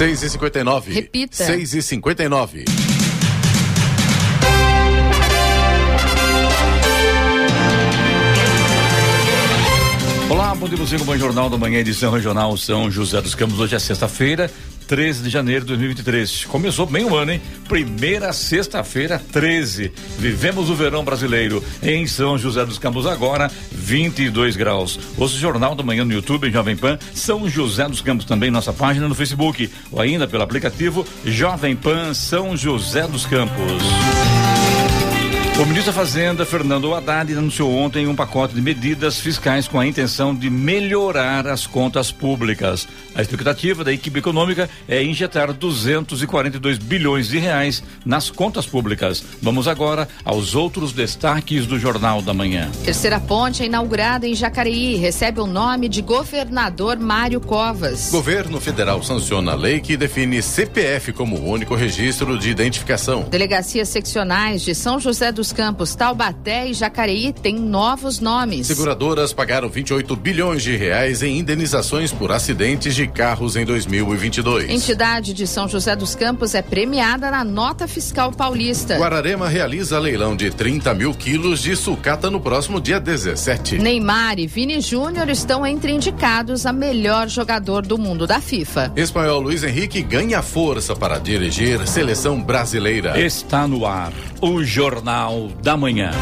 6h59. Repita. 6h59. Olá, bom dia você com o Bom Jornal da Manhã, edição regional São José dos Campos. Hoje é sexta-feira, 13 de janeiro de 2023. Começou bem o ano, hein? Primeira sexta-feira, 13. Vivemos o verão brasileiro em São José dos Campos agora, 22 graus. Ouça o Jornal da Manhã no YouTube, em Jovem Pan, São José dos Campos, também nossa página no Facebook, ou ainda pelo aplicativo Jovem Pan São José dos Campos. O ministro da Fazenda, Fernando Haddad, anunciou ontem um pacote de medidas fiscais com a intenção de melhorar as contas públicas. A expectativa da equipe econômica é injetar 242 bilhões de reais nas contas públicas. Vamos agora aos outros destaques do Jornal da Manhã. Terceira ponte é inaugurada em Jacareí, recebe o nome de governador Mário Covas. Governo federal sanciona a lei que define CPF como o único registro de identificação. Delegacias seccionais de São José dos Campos, Taubaté e Jacareí têm novos nomes. Seguradoras pagaram 28 bilhões de reais em indenizações por acidentes de carros em 2022. Entidade de São José dos Campos é premiada na nota fiscal paulista. Guararema realiza leilão de 30 mil quilos de sucata no próximo dia 17. Neymar e Vini Júnior estão entre indicados a melhor jogador do mundo da FIFA. Espanhol Luiz Henrique ganha força para dirigir seleção brasileira. Está no ar o Jornal da Manhã.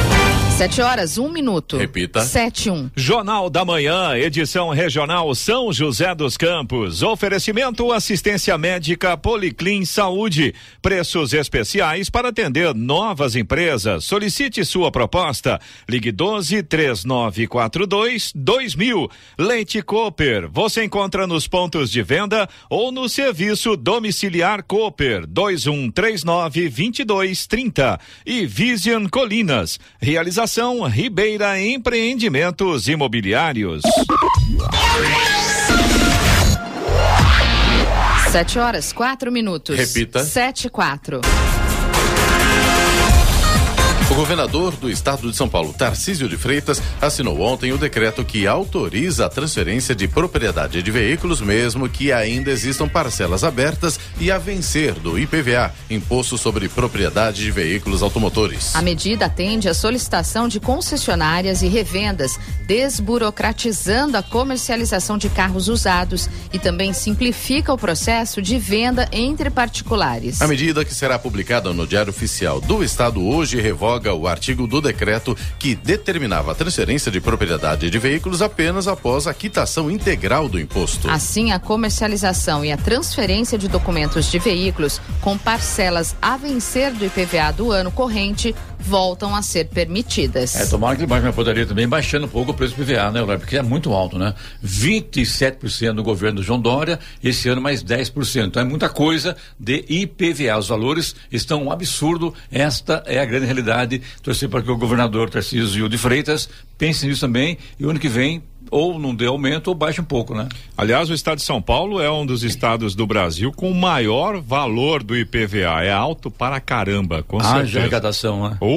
7h01. Repita. 7:01. Jornal da Manhã, edição regional São José dos Campos. Oferecimento assistência médica Policlin Saúde. Preços especiais para atender novas empresas. Solicite sua proposta. Ligue 12-3942-2000. Leite Cooper. Você encontra nos pontos de venda ou no serviço domiciliar Cooper 2139-2230. E Vision Colinas. Realização Ribeira Empreendimentos Imobiliários. 7h04. Repita. 7:04. O governador do estado de São Paulo, Tarcísio de Freitas, assinou ontem o decreto que autoriza a transferência de propriedade de veículos, mesmo que ainda existam parcelas abertas e a vencer do IPVA, Imposto sobre Propriedade de Veículos Automotores. A medida atende à solicitação de concessionárias e revendas, desburocratizando a comercialização de carros usados e também simplifica o processo de venda entre particulares. A medida, que será publicada no Diário Oficial do Estado hoje, revoga o artigo do decreto que determinava a transferência de propriedade de veículos apenas após a quitação integral do imposto. Assim, a comercialização e a transferência de documentos de veículos com parcelas a vencer do IPVA do ano corrente voltam a ser permitidas. Tomara que ele baixe, mas poderia também baixando um pouco o preço do IPVA, né, Porque é muito alto, né? 27% do governo do João Dória, esse ano mais 10%. Então é muita coisa de IPVA. Os valores estão um absurdo. Esta é a grande realidade. Torcer para que o governador Tarcísio de Freitas pense nisso também e o ano que vem ou não dê aumento ou baixe um pouco, né? Aliás, o estado de São Paulo é um dos estados do Brasil com o maior valor do IPVA. É alto para caramba, com certeza. De arrecadação, né?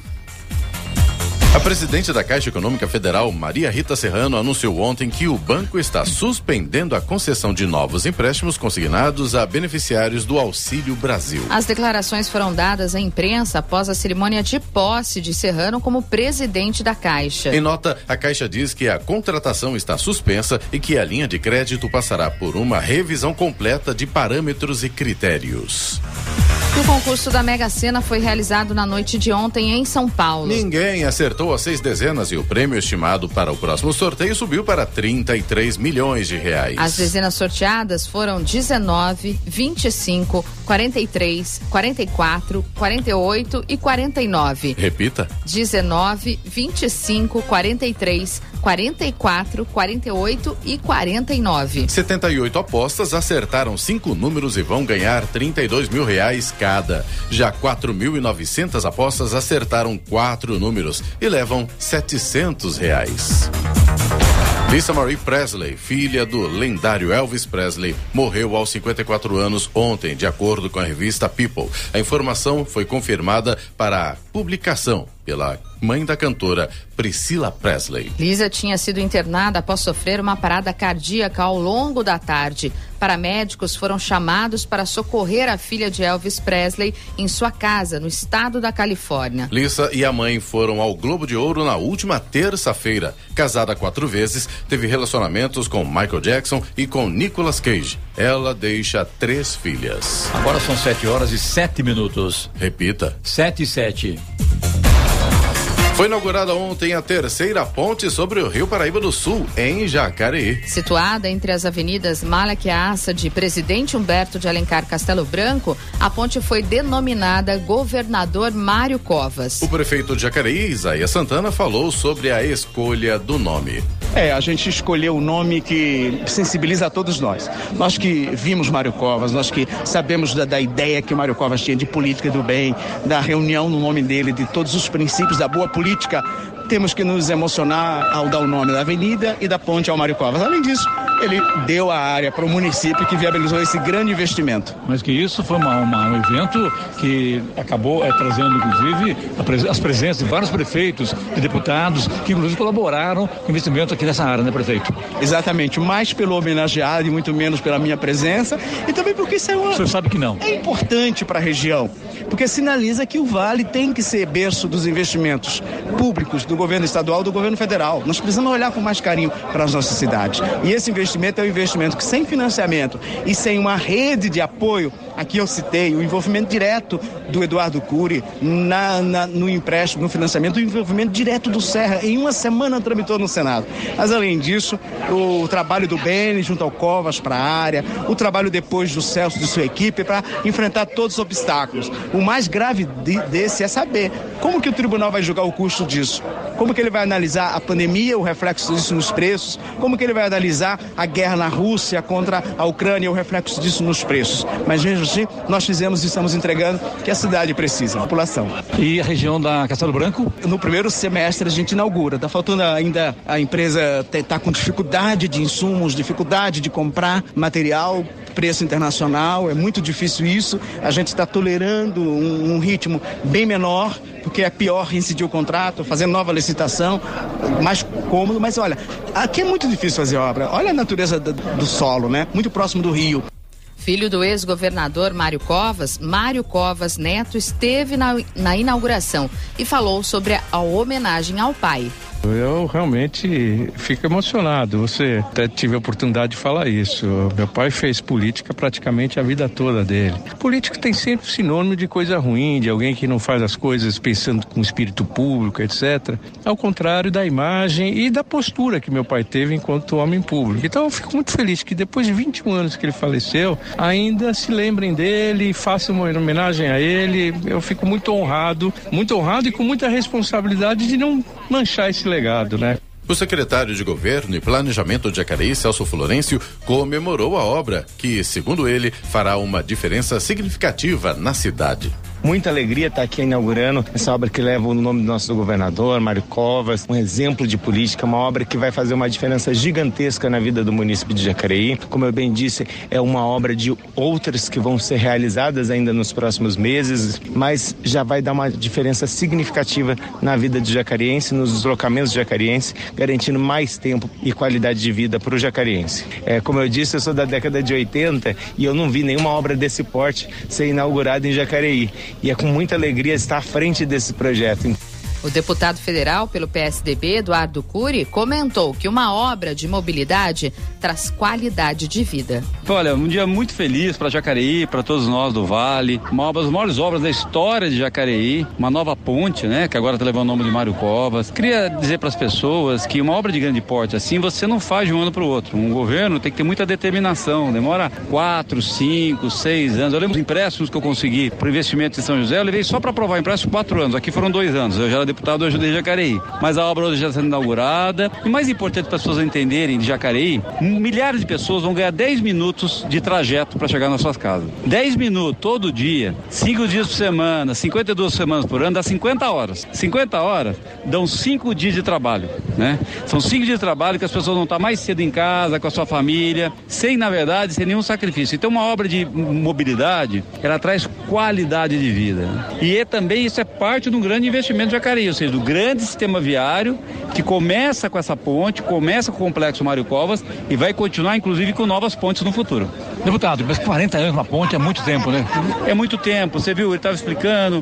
A presidente da Caixa Econômica Federal, Maria Rita Serrano, anunciou ontem que o banco está suspendendo a concessão de novos empréstimos consignados a beneficiários do Auxílio Brasil. As declarações foram dadas à imprensa após a cerimônia de posse de Serrano como presidente da Caixa. Em nota, a Caixa diz que a contratação está suspensa e que a linha de crédito passará por uma revisão completa de parâmetros e critérios. O concurso da Mega Sena foi realizado na noite de ontem em São Paulo. Ninguém acertou as 6 dezenas e o prêmio estimado para o próximo sorteio subiu para 33 milhões de reais. As dezenas sorteadas foram 19, 25, 43, 44, 48 e 49. Repita. 19, 25, 43, 44, 48 e 49. 78 apostas acertaram 5 números e vão ganhar 32 mil reais cada. Já 4.900 apostas acertaram 4 números e levam 700 reais. Lisa Marie Presley, filha do lendário Elvis Presley, morreu aos 54 anos ontem, de acordo com a revista People. A informação foi confirmada para a publicação pela mãe da cantora Priscila Presley. Lisa tinha sido internada após sofrer uma parada cardíaca ao longo da tarde. Paramédicos foram chamados para socorrer a filha de Elvis Presley em sua casa, no estado da Califórnia. Lisa e a mãe foram ao Globo de Ouro na última terça-feira. Casada 4 vezes, teve relacionamentos com Michael Jackson e com Nicolas Cage. Ela deixa 3 filhas. Agora são 7h07. Repita. 7h07. Foi inaugurada ontem a terceira ponte sobre o Rio Paraíba do Sul, em Jacareí. Situada entre as avenidas Malak Assad e Presidente Humberto de Alencar Castelo Branco, a ponte foi denominada Governador Mário Covas. O prefeito de Jacareí, Isaías Santana, falou sobre a escolha do nome. A gente escolheu um nome que sensibiliza a todos nós. Nós que vimos Mário Covas, nós que sabemos da ideia que o Mário Covas tinha de política do bem, da reunião no nome dele, de todos os princípios da boa política, temos que nos emocionar ao dar o nome da avenida e da ponte ao Mário Covas. Além disso, ele deu a área para o município que viabilizou esse grande investimento. Mas que isso foi um evento que acabou trazendo, inclusive, as presenças de vários prefeitos e deputados que, inclusive, colaboraram com o investimento aqui nessa área, né, prefeito? Exatamente, mais pelo homenageado e muito menos pela minha presença, e também porque isso O senhor sabe que não. É importante para a região, porque sinaliza que o Vale tem que ser berço dos investimentos públicos do governo estadual e do governo federal. Nós precisamos olhar com mais carinho para as nossas cidades. E esse investimento é um investimento que, sem financiamento e sem uma rede de apoio, aqui eu citei o envolvimento direto do Eduardo Cury no empréstimo, no financiamento, o envolvimento direto do Serra, em uma semana tramitou no Senado. Mas, além disso, o trabalho do Beni junto ao Covas para a área, o trabalho depois do Celso e de sua equipe para enfrentar todos os obstáculos. O mais grave desse é saber como que o tribunal vai julgar o custo disso, como que ele vai analisar a pandemia, o reflexo disso nos preços, como que ele vai analisar a guerra na Rússia contra a Ucrânia, o reflexo disso nos preços. Mas mesmo assim, nós fizemos e estamos entregando que a cidade precisa, a população. E a região da Castelo Branco? No primeiro semestre a gente inaugura, está faltando ainda, a empresa está com dificuldade de insumos, dificuldade de comprar material, preço internacional, é muito difícil isso, a gente está tolerando um ritmo bem menor, porque é pior incidir o contrato, fazer nova licitação, mais cômodo, mas olha, aqui é muito difícil fazer obra, olha a natureza do solo, né? Muito próximo do rio. Filho do ex-governador Mário Covas Neto esteve na inauguração e falou sobre a homenagem ao pai. Eu realmente fico emocionado. Você até tive a oportunidade de falar isso. Meu pai fez política praticamente a vida toda dele. Política tem sempre sinônimo de coisa ruim, de alguém que não faz as coisas pensando com espírito público, etc. Ao contrário da imagem e da postura que meu pai teve enquanto homem público. Então eu fico muito feliz que depois de 21 anos que ele faleceu, ainda se lembrem dele, façam uma homenagem a ele. Eu fico muito honrado e com muita responsabilidade de não manchar esse legado, né? O secretário de Governo e Planejamento de Jacareí, Celso Florencio, comemorou a obra, que, segundo ele, fará uma diferença significativa na cidade. Muita alegria estar aqui inaugurando essa obra que leva o nome do nosso governador, Mário Covas, um exemplo de política, uma obra que vai fazer uma diferença gigantesca na vida do município de Jacareí. Como eu bem disse, é uma obra de outras que vão ser realizadas ainda nos próximos meses, mas já vai dar uma diferença significativa na vida de jacariense, nos deslocamentos de jacariense, garantindo mais tempo e qualidade de vida para o jacariense. Como eu disse, eu sou da década de 80 e eu não vi nenhuma obra desse porte ser inaugurada em Jacareí. E é com muita alegria estar à frente desse projeto. O deputado federal pelo PSDB, Eduardo Cury, comentou que uma obra de mobilidade traz qualidade de vida. Olha, um dia muito feliz para Jacareí, para todos nós do Vale, uma das maiores obras da história de Jacareí, uma nova ponte, né, que agora está levando o nome de Mário Covas. Queria dizer para as pessoas que uma obra de grande porte assim, você não faz de um ano para o outro. Um governo tem que ter muita determinação, demora 4, 5, 6 anos. Eu lembro dos empréstimos que eu consegui para o investimento em São José, eu levei só para aprovar empréstimo 4 anos, aqui foram 2 anos, eu já era deputado, eu ajudei Jacareí. Mas a obra hoje já está sendo inaugurada. E mais importante para as pessoas entenderem de Jacareí, milhares de pessoas vão ganhar 10 minutos de trajeto para chegar nas suas casas. 10 minutos todo dia, 5 dias por semana, 52 semanas por ano, dá 50 horas. 50 horas dão 5 dias de trabalho, né? São 5 dias de trabalho que as pessoas vão estar mais cedo em casa, com a sua família, sem nenhum sacrifício. Então uma obra de mobilidade, ela traz qualidade de vida. E também isso é parte de um grande investimento de Jacareí. Jacareí, ou seja, do grande sistema viário que começa com essa ponte, começa com o complexo Mário Covas e vai continuar inclusive com novas pontes no futuro. Deputado, mas 40 anos uma ponte é muito tempo, né? É muito tempo, você viu, ele estava explicando,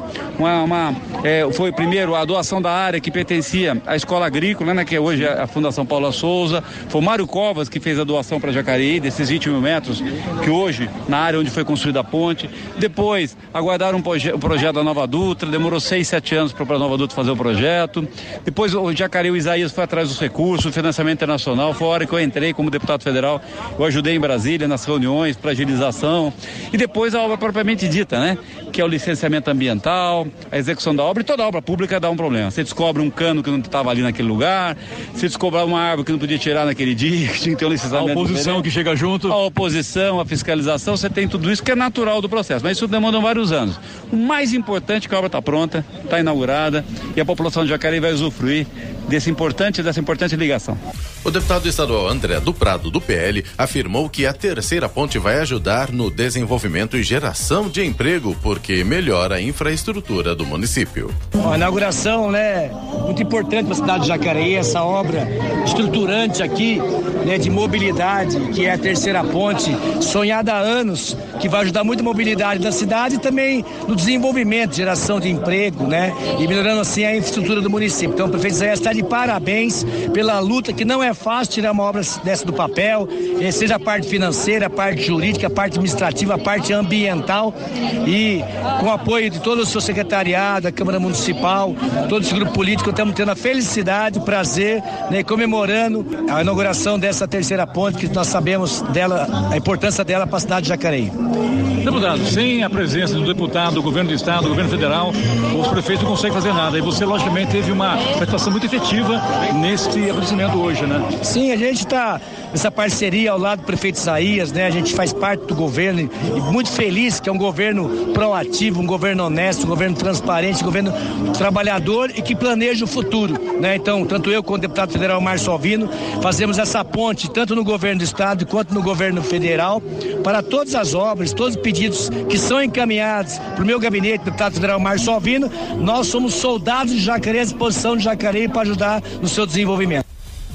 foi primeiro a doação da área que pertencia à escola agrícola, né, que é hoje a Fundação Paula Souza, foi o Mário Covas que fez a doação para Jacareí, desses 20 mil metros, que hoje, na área onde foi construída a ponte, depois aguardaram o projeto da Nova Dutra, demorou 6, 7 anos para a Nova Dutra fazer o projeto, depois o Jacareí, o Isaías foi atrás dos recursos, o financiamento internacional, foi a hora que eu entrei como deputado federal, eu ajudei em Brasília nas reuniões para agilização, e depois a obra propriamente dita, né, que é o licenciamento ambiental, a execução da obra, e toda obra pública dá um problema, você descobre um cano que não estava ali naquele lugar, você descobre uma árvore que não podia tirar naquele dia, que tinha que ter um licenciamento. A oposição que chega junto. A oposição, a fiscalização, você tem tudo isso que é natural do processo, mas isso demanda vários anos. O mais importante é que a obra está pronta, está inaugurada e a população de Jacareí vai usufruir dessa importante ligação. O deputado estadual André do Prado, do PL, afirmou que a terceira ponte vai ajudar no desenvolvimento e geração de emprego, porque melhora a infraestrutura do município. A inauguração, né, muito importante para a cidade de Jacareí, essa obra estruturante aqui, né, de mobilidade, que é a terceira ponte, sonhada há anos, que vai ajudar muito a mobilidade da cidade e também no desenvolvimento, geração de emprego, né, e melhorando assim a infraestrutura do município. Então o prefeito Isaías está de parabéns pela luta, que não é fácil tirar uma obra dessa do papel, seja a parte financeira, a parte jurídica, a parte administrativa, a parte ambiental, e com o apoio de todo o seu secretariado, da Câmara Municipal, todo esse grupo político, estamos tendo a felicidade, o prazer, né, comemorando a inauguração dessa terceira ponte, que nós sabemos dela, a importância dela para a cidade de Jacareí. Deputado, sem a presença do deputado, do governo do estado, do governo federal, os prefeitos não conseguem fazer nada, e você logicamente teve uma participação muito efetiva neste acontecimento hoje, né? Sim, a gente está nessa parceria ao lado do prefeito Isaías, né? A gente faz parte do governo e muito feliz que é um governo proativo, um governo honesto, um governo transparente, um governo trabalhador e que planeja o futuro, né? Então, tanto eu quanto o deputado federal Márcio Alvino fazemos essa ponte tanto no governo do estado quanto no governo federal para todas as obras, todos os pedidos que são encaminhados para o meu gabinete, deputado federal Márcio Alvino. Nós somos soldados de Jacareí, à disposição de Jacareí para ajudar no seu desenvolvimento.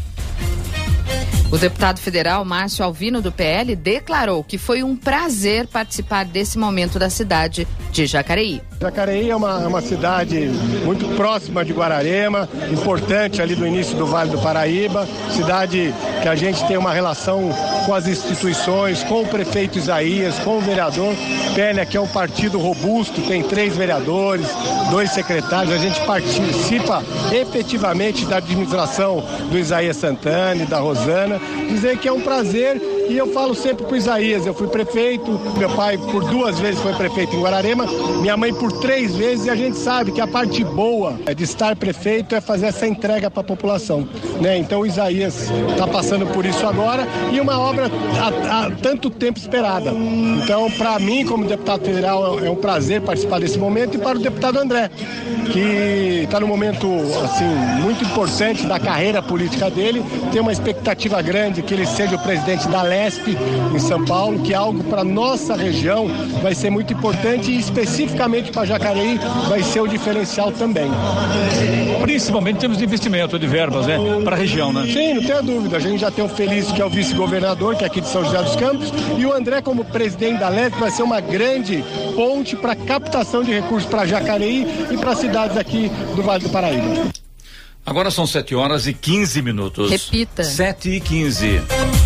O deputado federal Márcio Alvino, do PL, declarou que foi um prazer participar desse momento da cidade de Jacareí. Jacareí é uma cidade muito próxima de Guararema, importante ali do início do Vale do Paraíba, cidade que a gente tem uma relação com as instituições, com o prefeito Isaías, com o vereador. PL aqui é um partido robusto, tem 3 vereadores, 2 secretários, a gente participa efetivamente da administração do Isaías Santana e da Rosana. Dizer que é um prazer, e eu falo sempre pro Isaías, eu fui prefeito, meu pai por 2 vezes foi prefeito em Guararema, minha mãe por 3 vezes, e a gente sabe que a parte boa de estar prefeito é fazer essa entrega para a população, né? Então o Isaías está passando por isso agora, e uma obra há tanto tempo esperada. Então, para mim, como deputado federal, é um prazer participar desse momento, e para o deputado André, que está num momento assim muito importante da carreira política dele, tem uma expectativa grande que ele seja o presidente da LESP em São Paulo, que é algo para nossa região vai ser muito importante, e especificamente para Jacareí vai ser o diferencial também. Principalmente em termos de investimento, de verbas, né? Para a região, né? Sim, não tenho dúvida. A gente já tem o Felício, que é o vice-governador, que é aqui de São José dos Campos, e o André, como presidente da LESP, vai ser uma grande ponte para captação de recursos para Jacareí e para cidades aqui do Vale do Paraíba. Agora são 7h15. Repita. 7h15.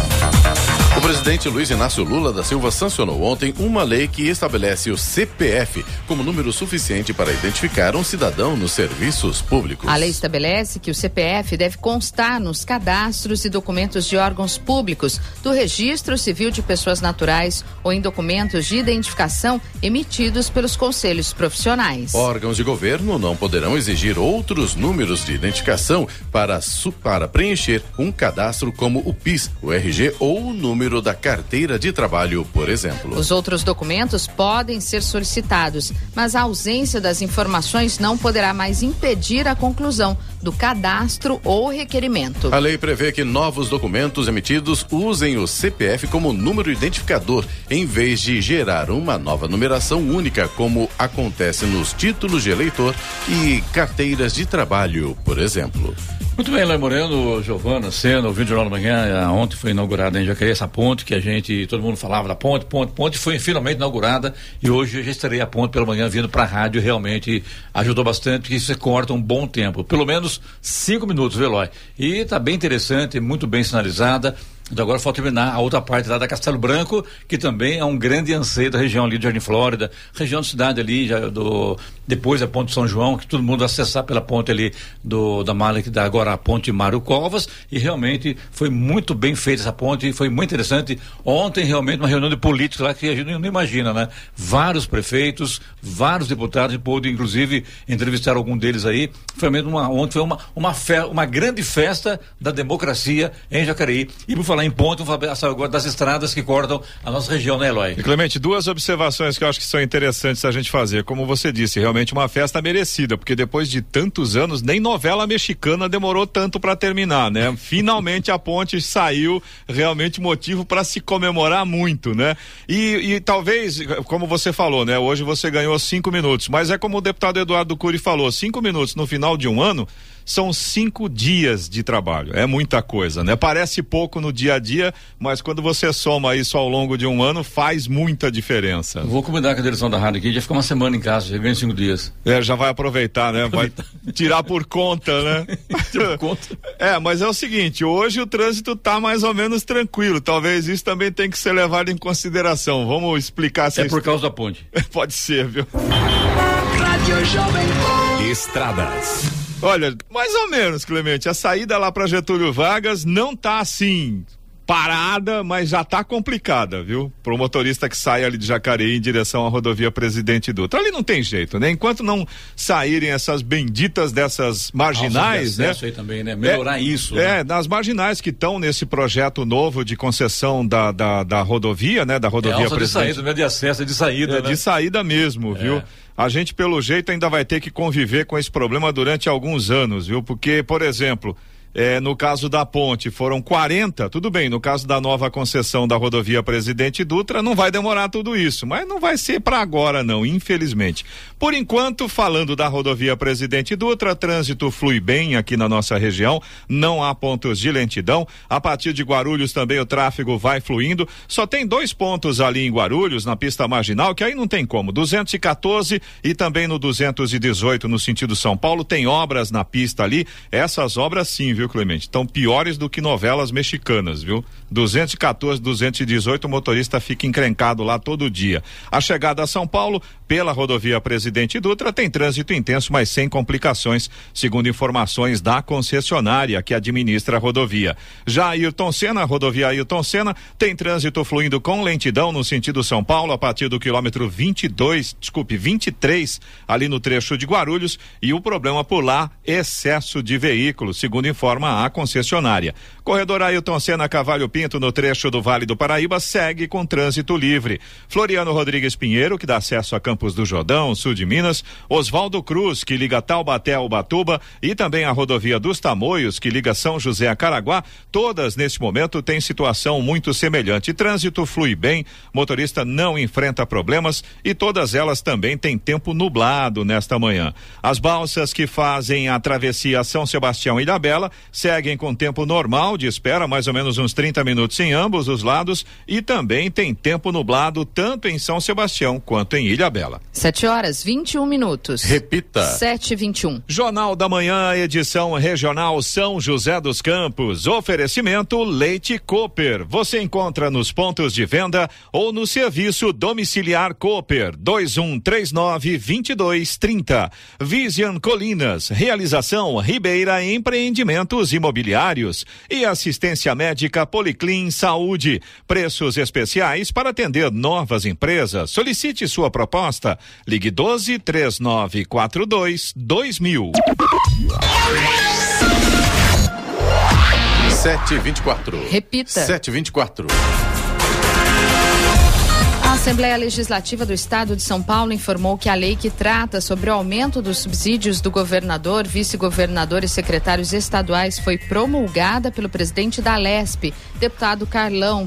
O presidente Luiz Inácio Lula da Silva sancionou ontem uma lei que estabelece o CPF como número suficiente para identificar um cidadão nos serviços públicos. A lei estabelece que o CPF deve constar nos cadastros e documentos de órgãos públicos, do Registro Civil de Pessoas Naturais ou em documentos de identificação emitidos pelos conselhos profissionais. Órgãos de governo não poderão exigir outros números de identificação para preencher um cadastro como o PIS, o RG ou o número número da carteira de trabalho, por exemplo. Os outros documentos podem ser solicitados, mas a ausência das informações não poderá mais impedir a conclusão do cadastro ou requerimento. A lei prevê que novos documentos emitidos usem o CPF como número identificador, em vez de gerar uma nova numeração única, como acontece nos títulos de eleitor e carteiras de trabalho, por exemplo. Muito bem, Eloy Moreno, Giovana, Sena, ouvindo o Jornal da Manhã, ontem foi inaugurada em Jacareí essa ponte que todo mundo falava da ponte, foi finalmente inaugurada e hoje eu já estarei a ponte pela manhã vindo para a rádio, realmente ajudou bastante, porque isso corta um bom tempo, pelo menos 5 minutos, viu, Eloy? E está bem interessante, muito bem sinalizada. Então agora falta terminar a outra parte lá da Castelo Branco, que também é um grande anseio da região ali de Jardim Flórida, região da cidade ali, depois da ponte São João, que todo mundo acessar pela ponte ali da malha que dá agora a ponte Mário Covas, e realmente foi muito bem feita essa ponte, foi muito interessante. Ontem realmente uma reunião de políticos lá que a gente não imagina, né? Vários prefeitos, vários deputados, pôde inclusive entrevistar algum deles aí. Foi mesmo ontem foi uma grande festa da democracia em Jacareí. E por falar em ponte, vamos falar agora das estradas que cortam a nossa região, né, Eloy? E Clemente, 2 observações que eu acho que são interessantes a gente fazer. Como você disse, realmente uma festa merecida, porque depois de tantos anos, nem novela mexicana demorou tanto para terminar, né? Finalmente a ponte saiu, realmente motivo para se comemorar muito, né? E talvez, como você falou, né? Hoje você ganhou 5 minutos, mas é como o deputado Eduardo Cury falou, 5 minutos no final de um ano são 5 dias de trabalho, é muita coisa, né? Parece pouco no dia a dia, mas quando você soma isso ao longo de um ano, faz muita diferença. Vou combinar com a direção da rádio aqui, já fica uma semana em casa, já ganha 5 dias. Já vai aproveitar, né? Vai tirar por conta, né? Tirar por conta. Mas é o seguinte, hoje o trânsito tá mais ou menos tranquilo, talvez isso também tem que ser levado em consideração. Vamos explicar se por causa da ponte. Pode ser, viu? Estradas. Olha, mais ou menos, Clemente, a saída lá para Getúlio Vargas não tá assim parada, mas já tá complicada, viu? Pro motorista que sai ali de Jacareí em direção à rodovia Presidente Dutra. Ali não tem jeito, né? Enquanto não saírem essas benditas dessas marginais, né? Aí também, né? Melhorar isso. Né? Das marginais que estão nesse projeto novo de concessão da rodovia, né? Da rodovia Presidente. De saída, não é de acesso, é de saída, né? De saída mesmo, viu? A gente, pelo jeito, ainda vai ter que conviver com esse problema durante alguns anos, viu? Porque, por exemplo, no caso da ponte foram 40, tudo bem, no caso da nova concessão da rodovia Presidente Dutra não vai demorar tudo isso, mas não vai ser para agora não, infelizmente. Por enquanto, falando da rodovia Presidente Dutra, trânsito flui bem aqui na nossa região, não há pontos de lentidão, a partir de Guarulhos também o tráfego vai fluindo, só tem 2 pontos ali em Guarulhos, na pista marginal, que aí não tem como, 214 e também no 218 no sentido São Paulo, tem obras na pista ali, essas obras sim, viu, Clemente? Estão piores do que novelas mexicanas, viu? 214, 218, o motorista fica encrencado lá todo dia. A chegada a São Paulo, pela rodovia Presidente Dutra, tem trânsito intenso, mas sem complicações, segundo informações da concessionária que administra a rodovia. Já Ayrton Senna, a rodovia Ayrton Senna, tem trânsito fluindo com lentidão no sentido São Paulo, a partir do quilômetro 23, ali no trecho de Guarulhos, e o problema por lá, excesso de veículos, segundo informa a concessionária. Corredor Ayrton Senna Cavalho Pinto, no trecho do Vale do Paraíba, segue com trânsito livre. Floriano Rodrigues Pinheiro, que dá acesso a Campos do Jordão, sul de Minas, Oswaldo Cruz, que liga Taubaté a Ubatuba, e também a rodovia dos Tamoios, que liga São José a Caraguá, todas neste momento têm situação muito semelhante. Trânsito flui bem, motorista não enfrenta problemas e todas elas também têm tempo nublado nesta manhã. As balsas que fazem a travessia São Sebastião e Ilhabela seguem com tempo normal de espera, mais ou menos uns 30 minutos em ambos os lados, e também tem tempo nublado tanto em São Sebastião quanto em Ilhabela. 7h21. Repita. 7h21. Jornal da Manhã, edição regional São José dos Campos. Oferecimento Leite Cooper. Você encontra nos pontos de venda ou no serviço domiciliar Cooper 2139-2230. Vision Colinas. Realização Ribeira Empreendimentos Imobiliários e assistência médica Policlin Saúde. Preços especiais para atender novas empresas. Solicite sua proposta. Ligue 12-3942-2000. 7h24. Repita. 7h24. A Assembleia Legislativa do Estado de São Paulo informou que a lei que trata sobre o aumento dos subsídios do governador, vice-governador e secretários estaduais foi promulgada pelo presidente da Alesp, deputado Carlão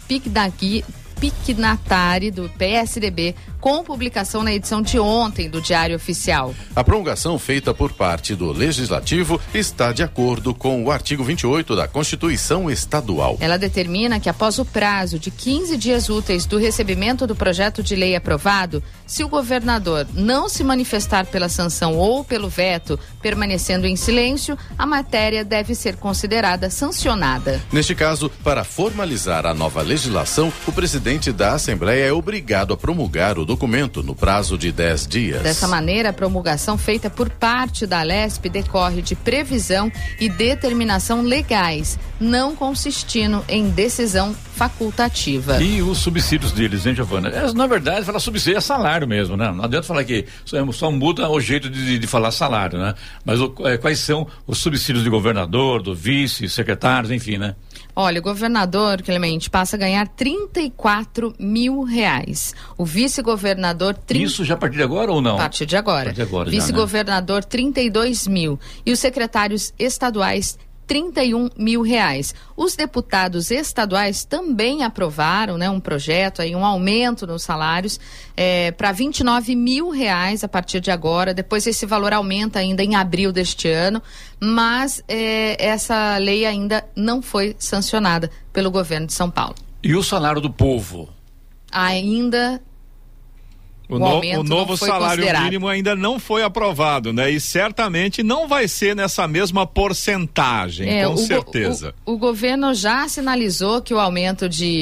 Pignatari, do PSDB, com publicação na edição de ontem do Diário Oficial. A promulgação feita por parte do Legislativo está de acordo com o artigo 28 da Constituição Estadual. Ela determina que após o prazo de 15 dias úteis do recebimento do projeto de lei aprovado, se o governador não se manifestar pela sanção ou pelo veto, permanecendo em silêncio, a matéria deve ser considerada sancionada. Neste caso, para formalizar a nova legislação, o presidente da Assembleia é obrigado a promulgar o documento no prazo de 10 dias. Dessa maneira, a promulgação feita por parte da Alesp decorre de previsão e determinação legais, não consistindo em decisão facultativa. E os subsídios deles, hein, Giovana? Na verdade, falar subsídio é salário mesmo, né? Não adianta falar que só muda o jeito de falar salário, né? Mas quais são os subsídios do governador, do vice, secretários, enfim, né? Olha, o governador, Clemente, passa a ganhar R$34 mil. O vice-governador... Isso já a partir de agora ou não? A partir de agora. Vice-governador, 32 mil. E os secretários estaduais, R$31 mil. Os deputados estaduais também aprovaram, né, um projeto, aí, um aumento nos salários para R$29 mil a partir de agora. Depois esse valor aumenta ainda em abril deste ano, mas essa lei ainda não foi sancionada pelo governo de São Paulo. E o salário do povo? Ainda... O novo salário mínimo ainda não foi aprovado, né? E certamente não vai ser nessa mesma porcentagem, com certeza. O governo já sinalizou que o aumento de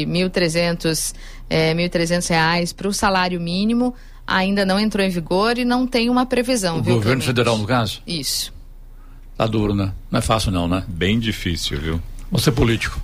R$1.300 para o salário mínimo ainda não entrou em vigor e não tem uma previsão. O governo federal, no caso? Isso. Tá duro, né? Não é fácil não, né? Bem difícil, viu? Você é político.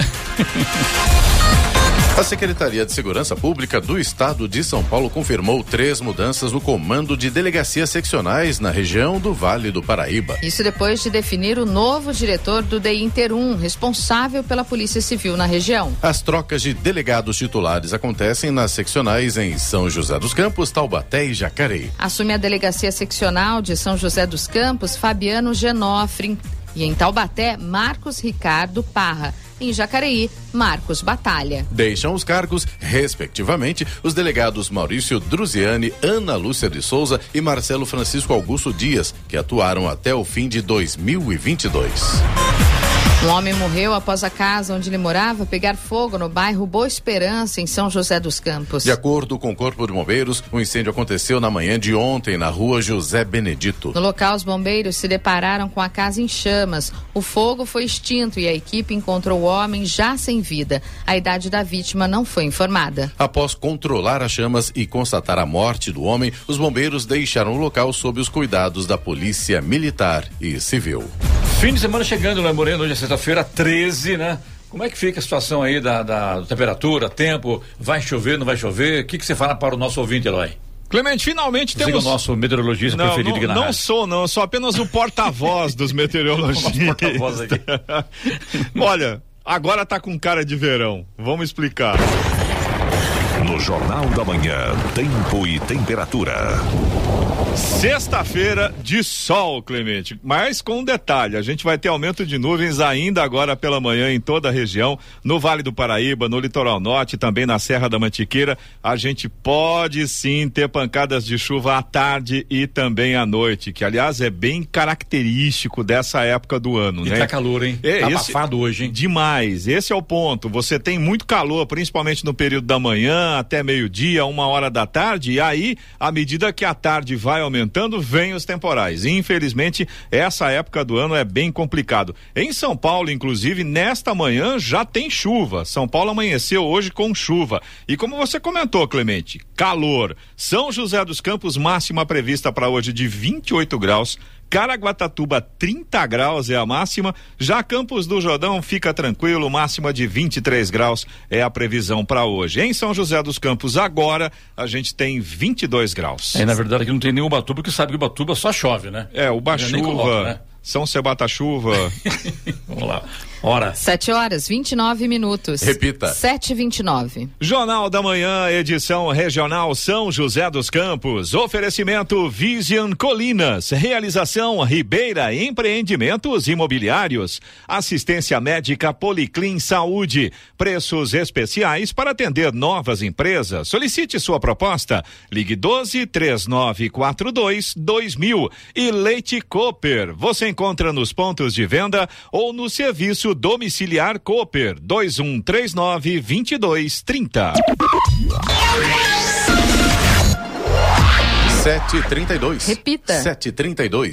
A Secretaria de Segurança Pública do Estado de São Paulo confirmou 3 mudanças no comando de delegacias seccionais na região do Vale do Paraíba. Isso depois de definir o novo diretor do DINTER 1, responsável pela Polícia Civil na região. As trocas de delegados titulares acontecem nas seccionais em São José dos Campos, Taubaté e Jacareí. Assume a delegacia seccional de São José dos Campos Fabiano Genofre e em Taubaté Marcos Ricardo Parra. Em Jacareí, Marcos Batalha. Deixam os cargos, respectivamente, os delegados Maurício Druziani, Ana Lúcia de Souza e Marcelo Francisco Augusto Dias, que atuaram até o fim de 2022. Um homem morreu após a casa onde ele morava pegar fogo no bairro Boa Esperança, em São José dos Campos. De acordo com o Corpo de Bombeiros, o incêndio aconteceu na manhã de ontem, na rua José Benedito. No local, os bombeiros se depararam com a casa em chamas. O fogo foi extinto e a equipe encontrou o homem já sem vida. A idade da vítima não foi informada. Após controlar as chamas e constatar a morte do homem, os bombeiros deixaram o local sob os cuidados da Polícia Militar e Civil. Fim de semana chegando, né, Moreno? Hoje é sexta-feira, 13, né? Como é que fica a situação aí da temperatura, tempo? Vai chover, não vai chover? O que você fala para o nosso ouvinte, Eloy? Clemente, finalmente Você temos... é o nosso meteorologista preferido aqui na rádio. Não sou apenas o porta-voz dos meteorologistas. Porta-voz aqui. Olha, agora tá com cara de verão. Vamos explicar. No Jornal da Manhã, tempo e temperatura. Sexta-feira de sol, Clemente, mas com um detalhe, a gente vai ter aumento de nuvens ainda agora pela manhã em toda a região, no Vale do Paraíba, no Litoral Norte, também na Serra da Mantiqueira. A gente pode sim ter pancadas de chuva à tarde e também à noite, que aliás é bem característico dessa época do ano, e né? Tá calor, hein? Tá abafado hoje, hein? Demais, esse é o ponto. Você tem muito calor, principalmente no período da manhã até meio-dia, 1h da tarde, e aí, à medida que a tarde vai aumentando, vem os temporais. Infelizmente, essa época do ano é bem complicado. Em São Paulo, inclusive, nesta manhã já tem chuva. São Paulo amanheceu hoje com chuva. E como você comentou, Clemente, calor. São José dos Campos, máxima prevista para hoje de 28 graus. Caraguatatuba, 30 graus é a máxima. Já Campos do Jordão fica tranquilo, máxima de 23 graus é a previsão para hoje. Em São José dos Campos, agora, a gente tem 22 graus. Na verdade, aqui não tem nem Ubatuba, porque sabe que Ubatuba só chove, né? Uba-chuva, né? São Sebata-chuva. Vamos lá. Hora. 7h29. Repita. 7h29. Jornal da Manhã, edição regional São José dos Campos. Oferecimento Vision Colinas. Realização Ribeira Empreendimentos Imobiliários. Assistência médica Policlin Saúde. Preços especiais para atender novas empresas. Solicite sua proposta. Ligue 12-3942-2000. E Leite Cooper. Você encontra nos pontos de venda ou no serviço domiciliar Cooper 2139-2230. 7h32. Repita. 7h32.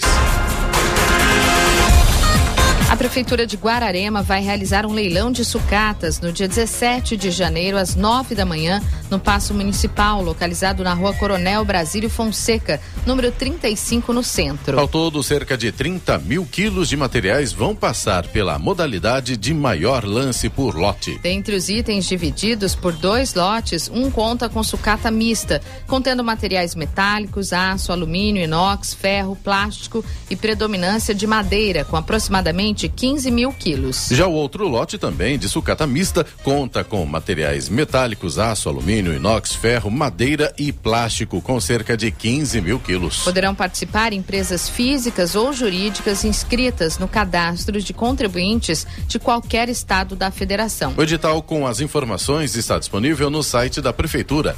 A Prefeitura de Guararema vai realizar um leilão de sucatas no dia 17 de janeiro, às 9 da manhã, no Paço Municipal, localizado na Rua Coronel Brasílio Fonseca, número 35, no centro. Ao todo, cerca de 30 mil quilos de materiais vão passar pela modalidade de maior lance por lote. Dentre os itens divididos por 2 lotes, um conta com sucata mista, contendo materiais metálicos, aço, alumínio, inox, ferro, plástico e predominância de madeira, com aproximadamente 15 mil quilos. Já o outro lote, também de sucata mista, conta com materiais metálicos, aço, alumínio, inox, ferro, madeira e plástico, com cerca de 15 mil quilos. Poderão participar empresas físicas ou jurídicas inscritas no cadastro de contribuintes de qualquer estado da federação. O edital com as informações está disponível no site da Prefeitura,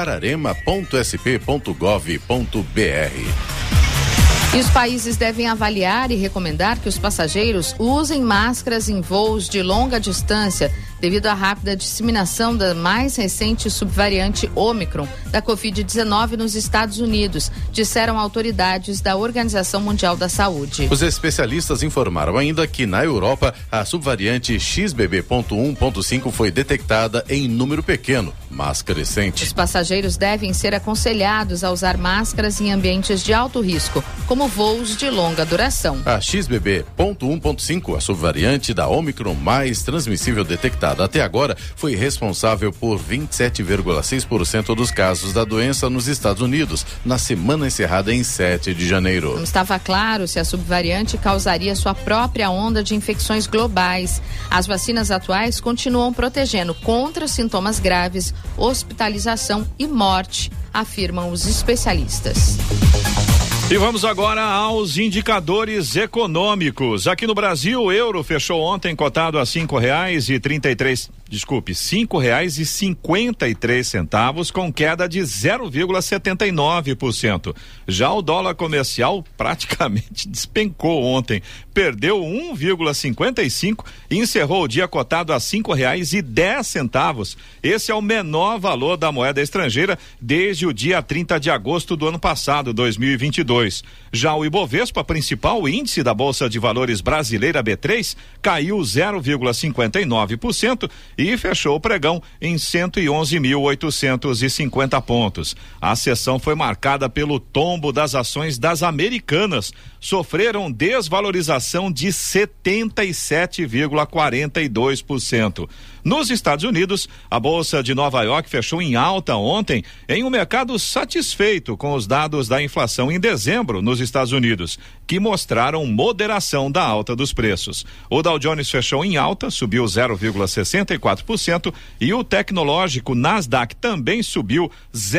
guararema.sp.gov.br. E os países devem avaliar e recomendar que os passageiros usem máscaras em voos de longa distância, devido à rápida disseminação da mais recente subvariante Ômicron da Covid-19 nos Estados Unidos, disseram autoridades da Organização Mundial da Saúde. Os especialistas informaram ainda que na Europa a subvariante XBB.1.5 foi detectada em número pequeno, mas crescente. Os passageiros devem ser aconselhados a usar máscaras em ambientes de alto risco, como voos de longa duração. A XBB.1.5, a subvariante da Ômicron mais transmissível detectada até agora, foi responsável por 27,6% dos casos da doença nos Estados Unidos, na semana encerrada em 7 de janeiro. Não estava claro se a subvariante causaria sua própria onda de infecções globais. As vacinas atuais continuam protegendo contra sintomas graves, hospitalização e morte, afirmam os especialistas. E vamos agora aos indicadores econômicos. Aqui no Brasil, o euro fechou ontem cotado a R$5,53, com queda de 0,79%. Já o dólar comercial praticamente despencou ontem, perdeu 1,55 e encerrou o dia cotado a R$5,10. Esse é o menor valor da moeda estrangeira desde o dia 30 de agosto do ano passado, 2022. Já o Ibovespa, principal índice da Bolsa de Valores brasileira B3, caiu 0,59% e fechou o pregão em 111.850 pontos. A sessão foi marcada pelo tombo das ações das Americanas, sofreram desvalorização de 77,42%. Nos Estados Unidos, a Bolsa de Nova York fechou em alta ontem, em um mercado satisfeito com os dados da inflação em dezembro nos Estados Unidos, que mostraram moderação da alta dos preços. O Dow Jones fechou em alta, subiu 0,64% e o tecnológico Nasdaq também subiu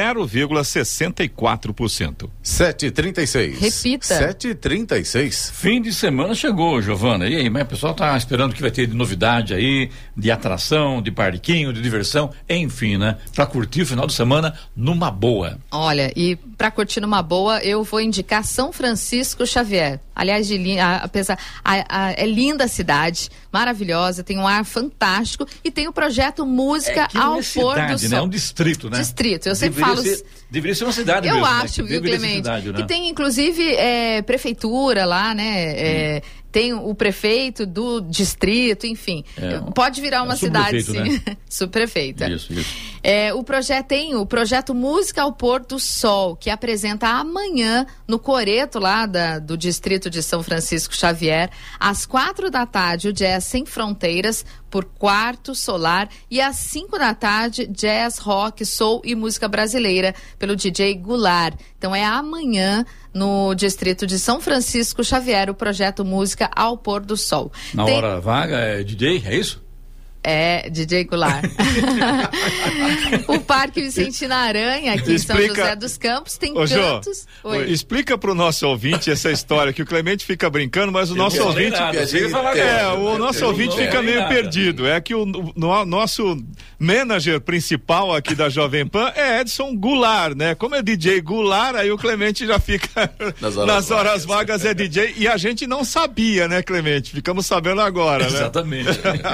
0,64%. 7h36. Repita. 7h36. Fim de semana chegou, Giovana. E aí, mas o pessoal tá esperando que vai ter de novidade aí, de atração, de parquinho, de diversão, enfim, né? Pra curtir o final de semana numa boa. Olha, e pra curtir numa boa, eu vou indicar São Francisco Xavier. Aliás, é linda a cidade, maravilhosa, tem um ar fantástico e tem o projeto Música ao Pôr do Sol. Né? É um distrito, né? Distrito, eu sempre falo. Deveria ser uma cidade eu mesmo, acho, né? viu, Clemente? Cidade, né? Que tem, inclusive, prefeitura lá, né? Tem o prefeito do distrito, enfim. Pode virar uma cidade, sim. Né? Subprefeita. Isso. O projeto Música ao Pôr do Sol, que apresenta amanhã no Coreto, lá do distrito de São Francisco Xavier, às 16h, o Jazz Sem Fronteiras, por Quarto Solar, e às 17h, Jazz, Rock, Soul e Música Brasileira, pelo DJ Goulart. Então é amanhã, no distrito de São Francisco Xavier, o projeto Música ao Pôr do Sol. Na hora vaga é DJ, é isso? É, DJ Goulart. O Parque Vicentina Aranha, aqui em São José dos Campos, tem cantos. Explica pro nosso ouvinte essa história, que o Clemente fica brincando, mas o nosso ouvinte... o nosso ouvinte fica meio perdido. É que o nosso manager principal aqui da Jovem Pan é Edson Goulart, né? Como é DJ Goulart, aí o Clemente já fica... Nas horas vagas é DJ, e a gente não sabia, né, Clemente? Ficamos sabendo agora, né? Exatamente.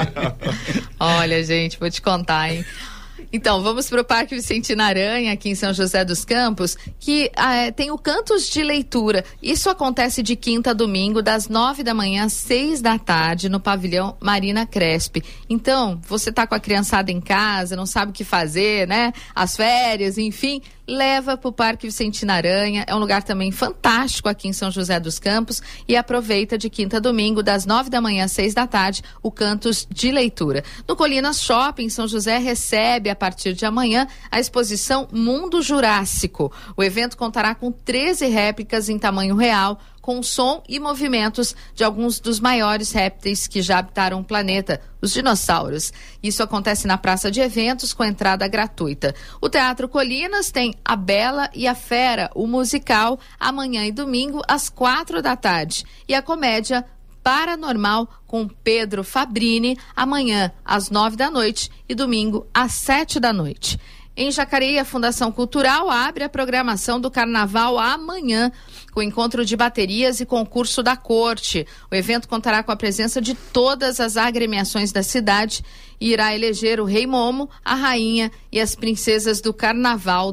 Olha, gente, vou te contar, hein? Então, vamos para o Parque Vicentina Aranha, aqui em São José dos Campos, que tem o Cantos de Leitura. Isso acontece de quinta a domingo, das 9h às 6h, no pavilhão Marina Crespi. Então, você tá com a criançada em casa, não sabe o que fazer, né? As férias, enfim, leva para o Parque Vicentina Aranha. É um lugar também fantástico aqui em São José dos Campos, e aproveita de quinta a domingo, das 9h às 6h, o Cantos de Leitura. No Colinas Shopping, São José recebe, a partir de amanhã, a exposição Mundo Jurássico. O evento contará com 13 réplicas em tamanho real, com som e movimentos de alguns dos maiores répteis que já habitaram o planeta, os dinossauros. Isso acontece na Praça de Eventos, com entrada gratuita. O Teatro Colinas tem A Bela e a Fera, o musical, amanhã e domingo, às 4h. E a comédia Paranormal, com Pedro Fabrini, amanhã às 9h e domingo às 7h. Em Jacareí, a Fundação Cultural abre a programação do Carnaval amanhã, com encontro de baterias e concurso da corte. O evento contará com a presença de todas as agremiações da cidade e irá eleger o Rei Momo, a Rainha e as Princesas do Carnaval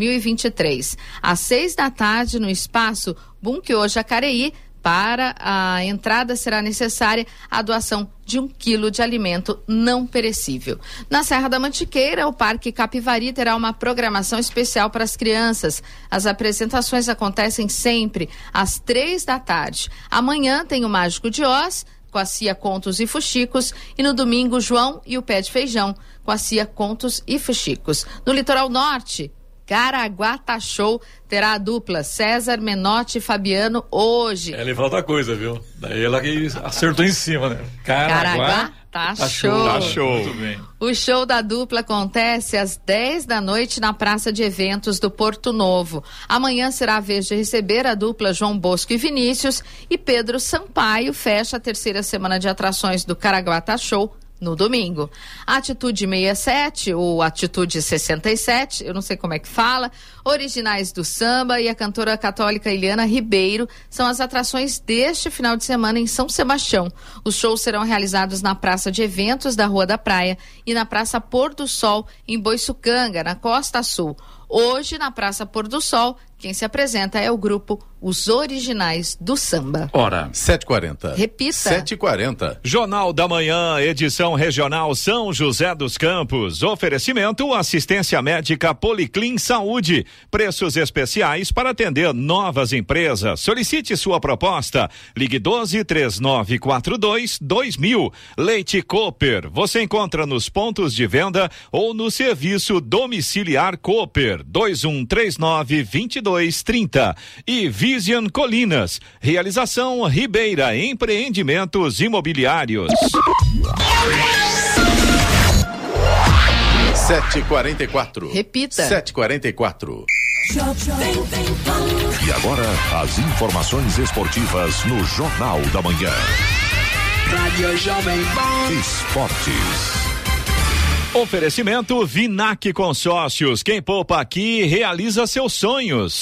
2023. Às 6h, no espaço Bunkiô Jacareí. Para a entrada será necessária a doação de 1 quilo de alimento não perecível. Na Serra da Mantiqueira, o Parque Capivari terá uma programação especial para as crianças. As apresentações acontecem sempre às 3h. Amanhã tem o Mágico de Oz, com a Cia Contos e Fuxicos, e no domingo, João e o Pé de Feijão, com a Cia Contos e Fuxicos. No Litoral Norte, Caraguá Show terá a dupla César Menotti e Fabiano hoje. Ele falou outra coisa, viu? Daí ela que acertou em cima, né? Caraguá Show. Tá show. Muito bem. O show da dupla acontece às 10h na Praça de Eventos do Porto Novo. Amanhã será a vez de receber a dupla João Bosco e Vinícius, e Pedro Sampaio fecha a terceira semana de atrações do Caraguá Show no domingo. A Atitude 67, ou Atitude 67, eu não sei como é que fala, Originais do Samba e a cantora católica Eliana Ribeiro são as atrações deste final de semana em São Sebastião. Os shows serão realizados na Praça de Eventos da Rua da Praia e na Praça Pôr do Sol, em Boiçucanga, na Costa Sul. Hoje, na Praça Pôr do Sol, quem se apresenta é o grupo Os Originais do Samba. Hora 7h40. Repita. 7h40. Jornal da Manhã, edição regional São José dos Campos. Oferecimento assistência médica Policlin Saúde. Preços especiais para atender novas empresas. Solicite sua proposta. Ligue 12-3942-2000. Leite Cooper. Você encontra nos pontos de venda ou no serviço domiciliar Cooper. 2139-2230. E Vision Colinas. Realização Ribeira Empreendimentos Imobiliários. 7h44. Repita. 7h44. E agora, as informações esportivas no Jornal da Manhã. Rádio Jovem Pan. Esportes. Oferecimento Vinac Consórcios. Quem poupa aqui realiza seus sonhos.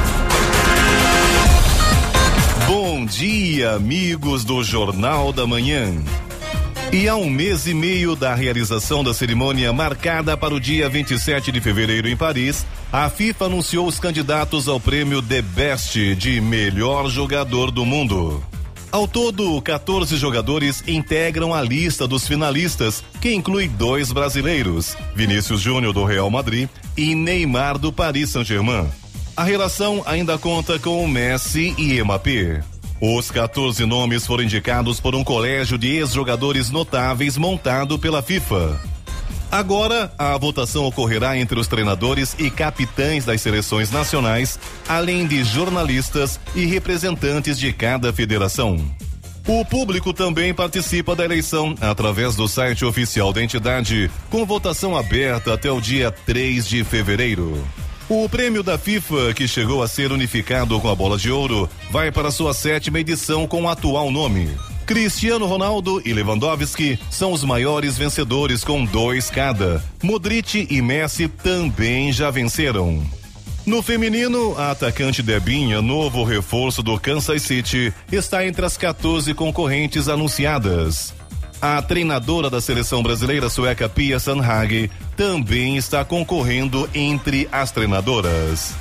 Bom dia, amigos do Jornal da Manhã. E há 1 mês e meio da realização da cerimônia marcada para o dia 27 de fevereiro em Paris, a FIFA anunciou os candidatos ao prêmio The Best de melhor jogador do mundo. Ao todo, 14 jogadores integram a lista dos finalistas, que inclui 2 brasileiros, Vinícius Júnior do Real Madrid e Neymar do Paris Saint-Germain. A relação ainda conta com Messi e Mbappé. Os 14 nomes foram indicados por um colégio de ex-jogadores notáveis montado pela FIFA. Agora, a votação ocorrerá entre os treinadores e capitães das seleções nacionais, além de jornalistas e representantes de cada federação. O público também participa da eleição através do site oficial da entidade, com votação aberta até o dia 3 de fevereiro. O prêmio da FIFA, que chegou a ser unificado com a Bola de Ouro, vai para sua 7ª edição com o atual nome. Cristiano Ronaldo e Lewandowski são os maiores vencedores com 2 cada. Modric e Messi também já venceram. No feminino, a atacante Debinha, novo reforço do Kansas City, está entre as 14 concorrentes anunciadas. A treinadora da seleção brasileira sueca Pia Sundhage também está concorrendo entre as treinadoras.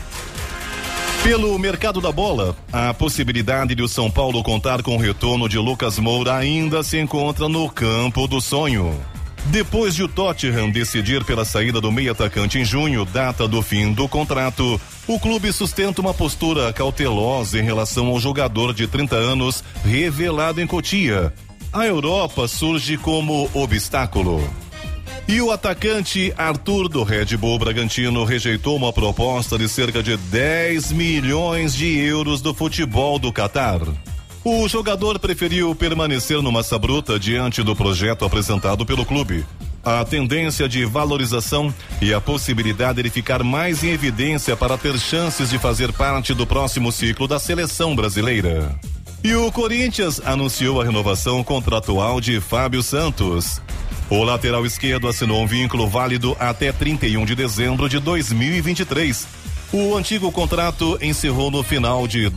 Pelo mercado da bola, a possibilidade de o São Paulo contar com o retorno de Lucas Moura ainda se encontra no campo do sonho. Depois de o Tottenham decidir pela saída do meio atacante em junho, data do fim do contrato, o clube sustenta uma postura cautelosa em relação ao jogador de 30 anos revelado em Cotia. A Europa surge como obstáculo. E o atacante Arthur do Red Bull Bragantino rejeitou uma proposta de cerca de 10 milhões de euros do futebol do Catar. O jogador preferiu permanecer no Massa Bruta diante do projeto apresentado pelo clube. A tendência de valorização e a possibilidade de ficar mais em evidência para ter chances de fazer parte do próximo ciclo da seleção brasileira. E o Corinthians anunciou a renovação contratual de Fábio Santos. O lateral esquerdo assinou um vínculo válido até 31 de dezembro de 2023. O antigo contrato encerrou no final de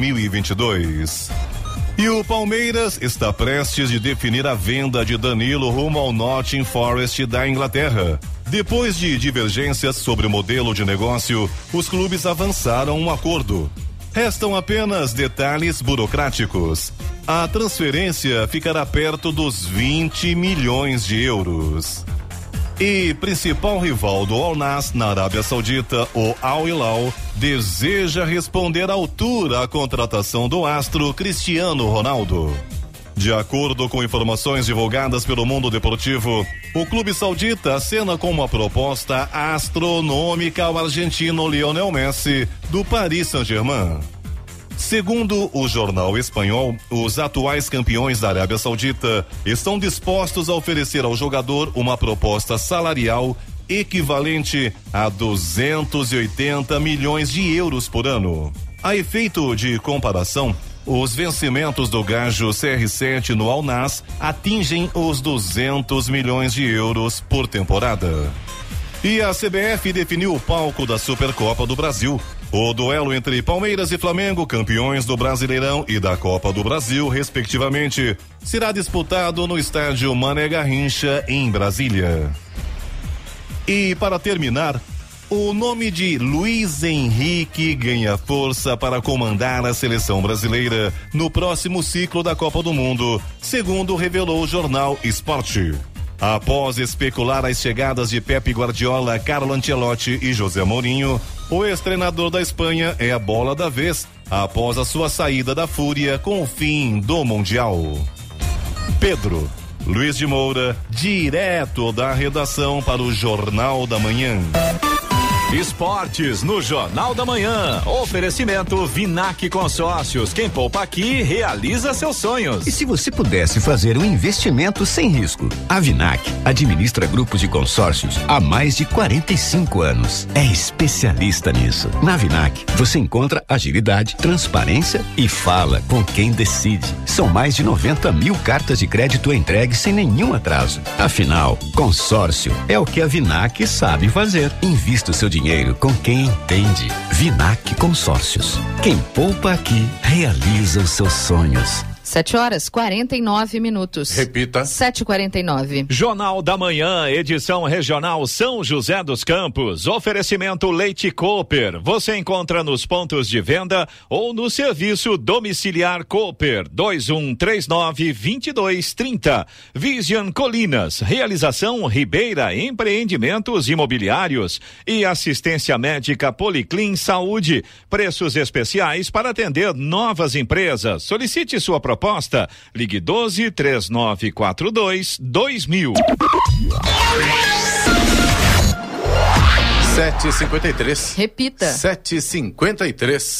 2022. E o Palmeiras está prestes de definir a venda de Danilo rumo ao Nottingham Forest da Inglaterra. Depois de divergências sobre o modelo de negócio, os clubes avançaram um acordo. Restam apenas detalhes burocráticos. A transferência ficará perto dos 20 milhões de euros. E principal rival do Al Nassr na Arábia Saudita, o Al Hilal, deseja responder à altura à contratação do astro Cristiano Ronaldo. De acordo com informações divulgadas pelo Mundo Deportivo, o clube saudita acena com uma proposta astronômica ao argentino Lionel Messi, do Paris Saint-Germain. Segundo o jornal espanhol, os atuais campeões da Arábia Saudita estão dispostos a oferecer ao jogador uma proposta salarial equivalente a 280 milhões de euros por ano. A efeito de comparação, os vencimentos do gajo CR7 no Al Nassr atingem os 200 milhões de euros por temporada. E a CBF definiu o palco da Supercopa do Brasil. O duelo entre Palmeiras e Flamengo, campeões do Brasileirão e da Copa do Brasil, respectivamente, será disputado no estádio Mané Garrincha, em Brasília. E para terminar, o nome de Luiz Henrique ganha força para comandar a seleção brasileira no próximo ciclo da Copa do Mundo, segundo revelou o jornal Esporte. Após especular as chegadas de Pepe Guardiola, Carlo Ancelotti e José Mourinho, o ex-treinador da Espanha é a bola da vez após a sua saída da Fúria com o fim do Mundial. Pedro Luiz de Moura, direto da redação para o Jornal da Manhã. Esportes no Jornal da Manhã. Oferecimento Vinac Consórcios. Quem poupa aqui realiza seus sonhos. E se você pudesse fazer um investimento sem risco? A Vinac administra grupos de consórcios há mais de 45 anos. É especialista nisso. Na Vinac, você encontra agilidade, transparência e fala com quem decide. São mais de 90 mil cartas de crédito entregues sem nenhum atraso. Afinal, consórcio é o que a Vinac sabe fazer. Invista o seu dinheiro com quem entende. Vinac Consórcios. Quem poupa aqui realiza os seus sonhos. 7h49. Repita. 7h49. Jornal da Manhã, edição regional São José dos Campos. Oferecimento Leite Cooper. Você encontra nos pontos de venda ou no serviço domiciliar Cooper 2139-2230. Vision Colinas. Realização Ribeira Empreendimentos Imobiliários e assistência médica Policlin Saúde. Preços especiais para atender novas empresas. Solicite sua proposta. Ligue 12-3942-2000. 7h53. Repita. 7h53.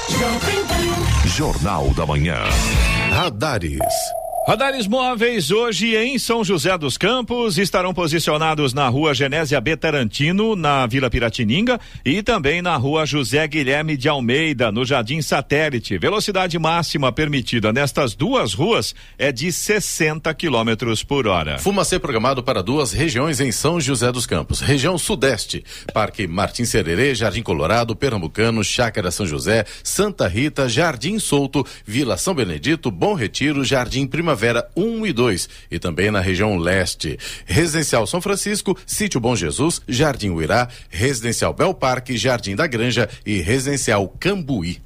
Jornal da Manhã. Radares. Radares móveis hoje em São José dos Campos estarão posicionados na rua Genésia B. Tarantino, na Vila Piratininga, e também na rua José Guilherme de Almeida, no Jardim Satélite. Velocidade máxima permitida nestas duas ruas é de 60 km por hora. Fumacê programado para duas regiões em São José dos Campos. Região Sudeste, Parque Martins Sererê, Jardim Colorado, Pernambucano, Chácara São José, Santa Rita, Jardim Souto, Vila São Benedito, Bom Retiro, Jardim Primavera 1 e 2, e também na região leste. Residencial São Francisco, Sítio Bom Jesus, Jardim Uirá, Residencial Bel Parque, Jardim da Granja e Residencial Cambuí.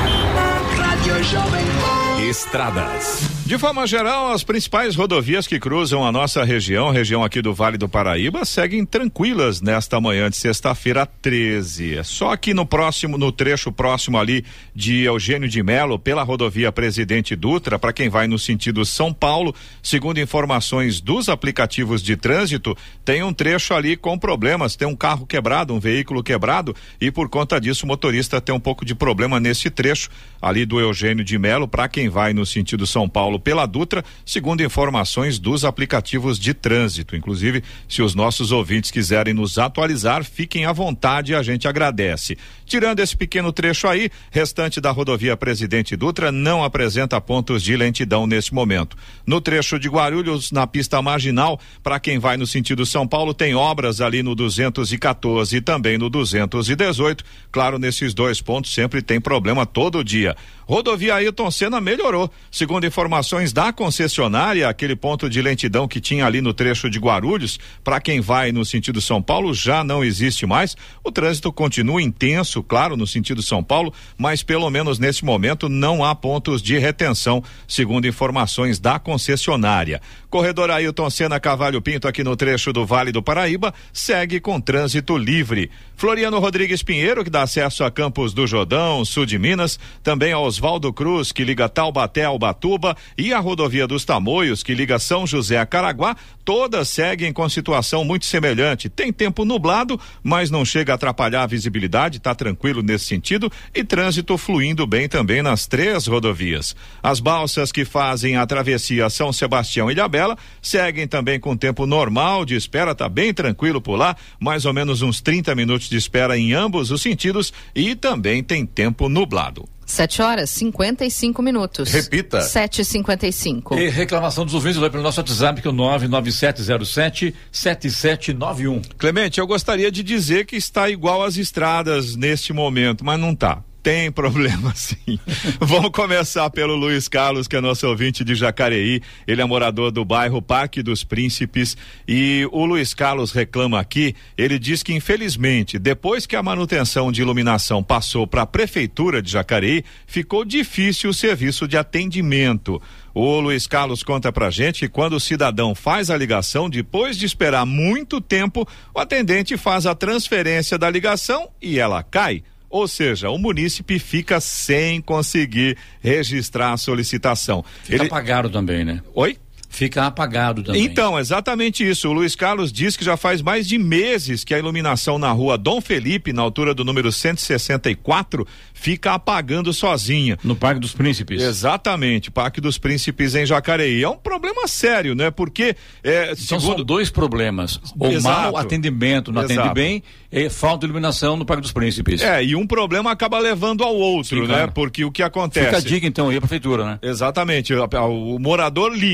Estradas. De forma geral, as principais rodovias que cruzam a nossa região aqui do Vale do Paraíba, seguem tranquilas nesta manhã de sexta-feira 13. É só que no trecho próximo ali de Eugênio de Melo, pela rodovia Presidente Dutra, para quem vai no sentido São Paulo, segundo informações dos aplicativos de trânsito, tem um trecho ali com problemas, tem um carro quebrado, um veículo quebrado, e por conta disso o motorista tem um pouco de problema nesse trecho ali do Eugênio de Melo, para quem vai no sentido São Paulo pela Dutra, segundo informações dos aplicativos de trânsito. Inclusive, se os nossos ouvintes quiserem nos atualizar, fiquem à vontade, a gente agradece. Tirando esse pequeno trecho aí, restante da rodovia Presidente Dutra não apresenta pontos de lentidão neste momento. No trecho de Guarulhos, na pista marginal, para quem vai no sentido São Paulo, tem obras ali no 214 e também no 218. Claro, nesses dois pontos sempre tem problema todo dia. Rodovia Ailton Senna melhorou. Segundo informações da concessionária, aquele ponto de lentidão que tinha ali no trecho de Guarulhos, para quem vai no sentido São Paulo, já não existe mais. O trânsito continua intenso, claro, no sentido São Paulo, mas pelo menos nesse momento não há pontos de retenção, segundo informações da concessionária. Corredor Ailton Senna Carvalho Pinto, aqui no trecho do Vale do Paraíba, segue com trânsito livre. Floriano Rodrigues Pinheiro, que dá acesso a Campos do Jordão, sul de Minas, também a Oswaldo Cruz, que liga Taubaté ao Ubatuba, e a rodovia dos Tamoios, que liga São José a Caraguá, todas seguem com situação muito semelhante. Tem tempo nublado, mas não chega a atrapalhar a visibilidade, está tranquilo nesse sentido, e trânsito fluindo bem também nas três rodovias. As balsas que fazem a travessia São Sebastião e Ilhabela seguem também com tempo normal de espera, tá bem tranquilo por lá, mais ou menos uns 30 minutos de espera em ambos os sentidos, e também tem tempo nublado. 7h55. Repita. 7h55. E reclamação dos ouvintes lá pelo nosso WhatsApp, que é o 99707-7791. Clemente, eu gostaria de dizer que está igual às estradas neste momento, mas não tá. Tem problema sim. Vamos começar pelo Luiz Carlos, que é nosso ouvinte de Jacareí. Ele é morador do bairro Parque dos Príncipes, e o Luiz Carlos reclama aqui. Ele diz que infelizmente, depois que a manutenção de iluminação passou para a prefeitura de Jacareí, ficou difícil o serviço de atendimento. O Luiz Carlos conta pra gente que quando o cidadão faz a ligação, depois de esperar muito tempo, o atendente faz a transferência da ligação e ela cai. Ou seja, o munícipe fica sem conseguir registrar a solicitação. Fica apagado também, né? Oi? Fica apagado também. Então, exatamente isso. O Luiz Carlos diz que já faz mais de meses que a iluminação na rua Dom Felipe, na altura do número 164, fica apagando sozinha. No Parque dos Príncipes. Exatamente, Parque dos Príncipes em Jacareí. É um problema sério, né? Porque então são dois problemas. O mau atendimento, não atende bem, e falta de iluminação no Parque dos Príncipes. E um problema acaba levando ao outro, sim, né? Claro. Porque o que acontece... Fica a dica então aí a prefeitura, né? Exatamente, o morador liga, não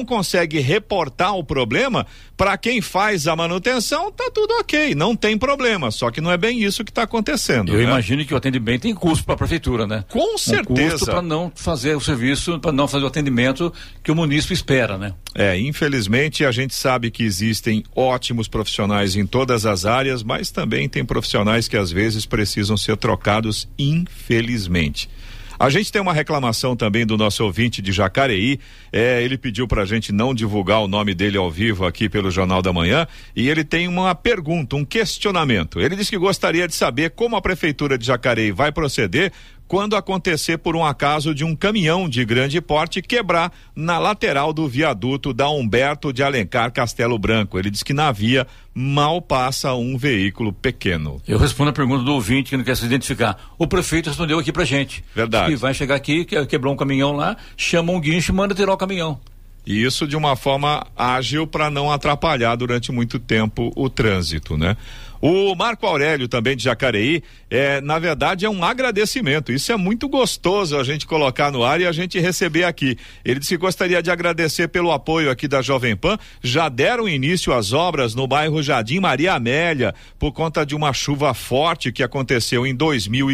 não consegue reportar o problema, para quem faz a manutenção, tá tudo ok, não tem problema, só que não é bem isso que está acontecendo. Eu imagino que o atendimento tem custo para a prefeitura, né? Com certeza. Custo para não fazer o serviço, para não fazer o atendimento que o munícipe espera, né? Infelizmente a gente sabe que existem ótimos profissionais em todas as áreas, mas também tem profissionais que às vezes precisam ser trocados, infelizmente. A gente tem uma reclamação também do nosso ouvinte de Jacareí, ele pediu pra gente não divulgar o nome dele ao vivo aqui pelo Jornal da Manhã, e ele tem uma pergunta, um questionamento. Ele disse que gostaria de saber como a Prefeitura de Jacareí vai proceder quando acontecer por um acaso de um caminhão de grande porte quebrar na lateral do viaduto da Humberto de Alencar Castelo Branco. Ele diz que na via mal passa um veículo pequeno. Eu respondo a pergunta do ouvinte que não quer se identificar. O prefeito respondeu aqui pra gente. Verdade. Que vai chegar aqui, quebrou um caminhão lá, chama um guincho e manda tirar o caminhão. E isso de uma forma ágil para não atrapalhar durante muito tempo o trânsito, né? O Marco Aurélio, também de Jacareí, na verdade é um agradecimento. Isso é muito gostoso a gente colocar no ar e a gente receber aqui. Ele disse que gostaria de agradecer pelo apoio aqui da Jovem Pan. Já deram início às obras no bairro Jardim Maria Amélia por conta de uma chuva forte que aconteceu em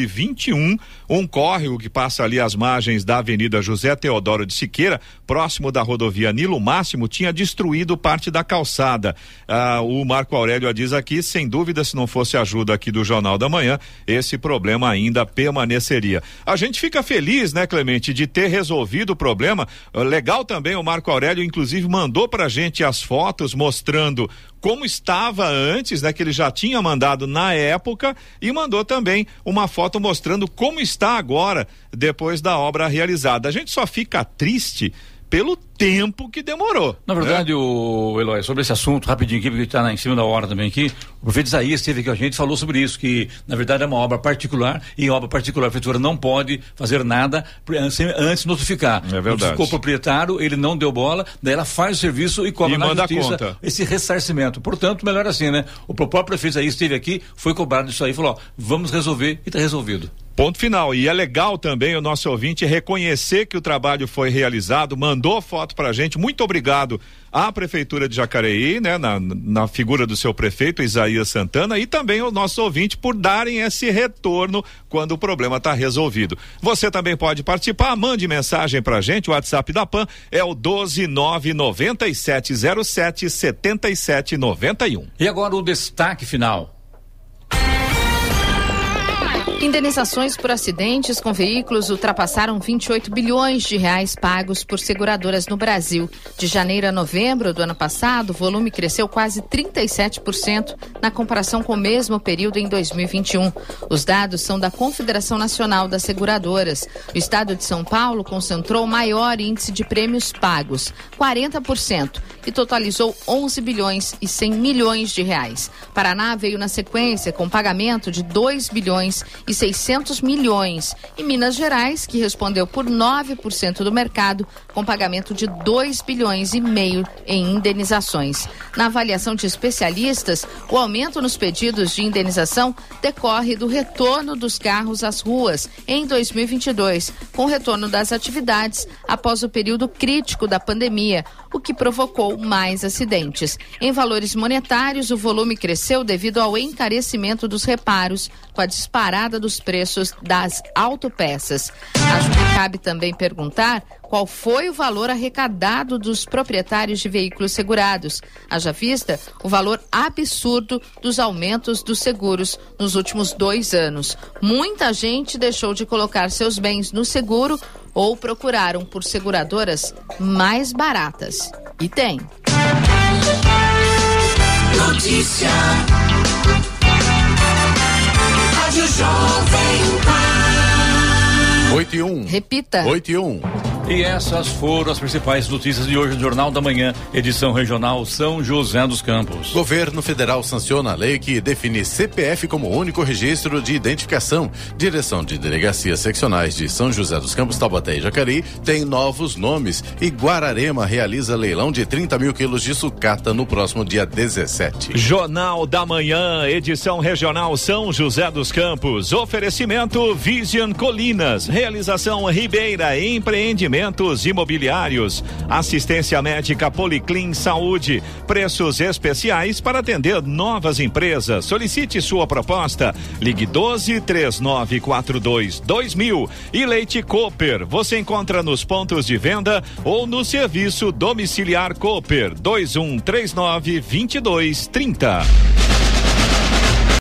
2021. Um córrego que passa ali às margens da Avenida José Teodoro de Siqueira, próximo da rodovia Nilo Máximo, tinha destruído parte da calçada. O Marco Aurélio diz aqui, sem dúvida, se não fosse a ajuda aqui do Jornal da Manhã, esse problema ainda permaneceria. A gente fica feliz, né, Clemente, de ter resolvido o problema. Legal também, o Marco Aurélio inclusive mandou pra gente as fotos mostrando como estava antes, né, que ele já tinha mandado na época, e mandou também uma foto mostrando como está agora, depois da obra realizada. A gente só fica triste pelo tempo que demorou. Na verdade, o Eloy, sobre esse assunto, rapidinho aqui, porque está em cima da hora também aqui, o prefeito Isaías esteve aqui com a gente, falou sobre isso, que na verdade é uma obra particular, e em obra particular a prefeitura não pode fazer nada antes de notificar. É verdade. Notificou o proprietário, ele não deu bola, daí ela faz o serviço e cobra na justiça conta. Esse ressarcimento. Portanto, melhor assim, né? O próprio prefeito Isaías esteve aqui, foi cobrado isso aí, falou, vamos resolver, e está resolvido. Ponto final. E é legal também o nosso ouvinte reconhecer que o trabalho foi realizado, mandou foto pra gente. Muito obrigado à Prefeitura de Jacareí, né, na figura do seu prefeito Isaías Santana, e também ao nosso ouvinte por darem esse retorno quando o problema está resolvido. Você também pode participar, mande mensagem pra gente, o WhatsApp da PAN é o 12997077791. E agora o destaque final. Indenizações por acidentes com veículos ultrapassaram 28 bilhões de reais pagos por seguradoras no Brasil. De janeiro a novembro do ano passado, o volume cresceu quase 37% na comparação com o mesmo período em 2021. Os dados são da Confederação Nacional das Seguradoras. O estado de São Paulo concentrou o maior índice de prêmios pagos, 40%, e totalizou 11 bilhões e 100 milhões de reais. Paraná veio na sequência com pagamento de 2 bilhões e 600 milhões. E Minas Gerais, que respondeu por 9% do mercado, com pagamento de 2 bilhões e meio em indenizações. Na avaliação de especialistas, o aumento nos pedidos de indenização decorre do retorno dos carros às ruas em 2022, com o retorno das atividades após o período crítico da pandemia, o que provocou mais acidentes. Em valores monetários, o volume cresceu devido ao encarecimento dos reparos, com a disparada dos preços das autopeças. Acho que cabe também perguntar qual foi o valor arrecadado dos proprietários de veículos segurados. Haja vista o valor absurdo dos aumentos dos seguros nos últimos 2 anos. Muita gente deixou de colocar seus bens no seguro ou procuraram por seguradoras mais baratas. E tem. Notícia. Rádio Jovem Pan. 8:01. Repita. 8:01. E essas foram as principais notícias de hoje no Jornal da Manhã, edição regional São José dos Campos. Governo federal sanciona a lei que define CPF como único registro de identificação. Direção de Delegacias Seccionais de São José dos Campos, Taubaté e Jacareí tem novos nomes e Guararema realiza leilão de 30 mil quilos de sucata no próximo dia 17. Jornal da Manhã, edição regional São José dos Campos. Oferecimento Vision Colinas. Realização Ribeira Empreendimento Empreendimentos imobiliários. Assistência médica Policlin Saúde. Preços especiais para atender novas empresas. Solicite sua proposta. Ligue 12-3942-2000. E Leite Cooper. Você encontra nos pontos de venda ou no serviço domiciliar Cooper 2139-2230.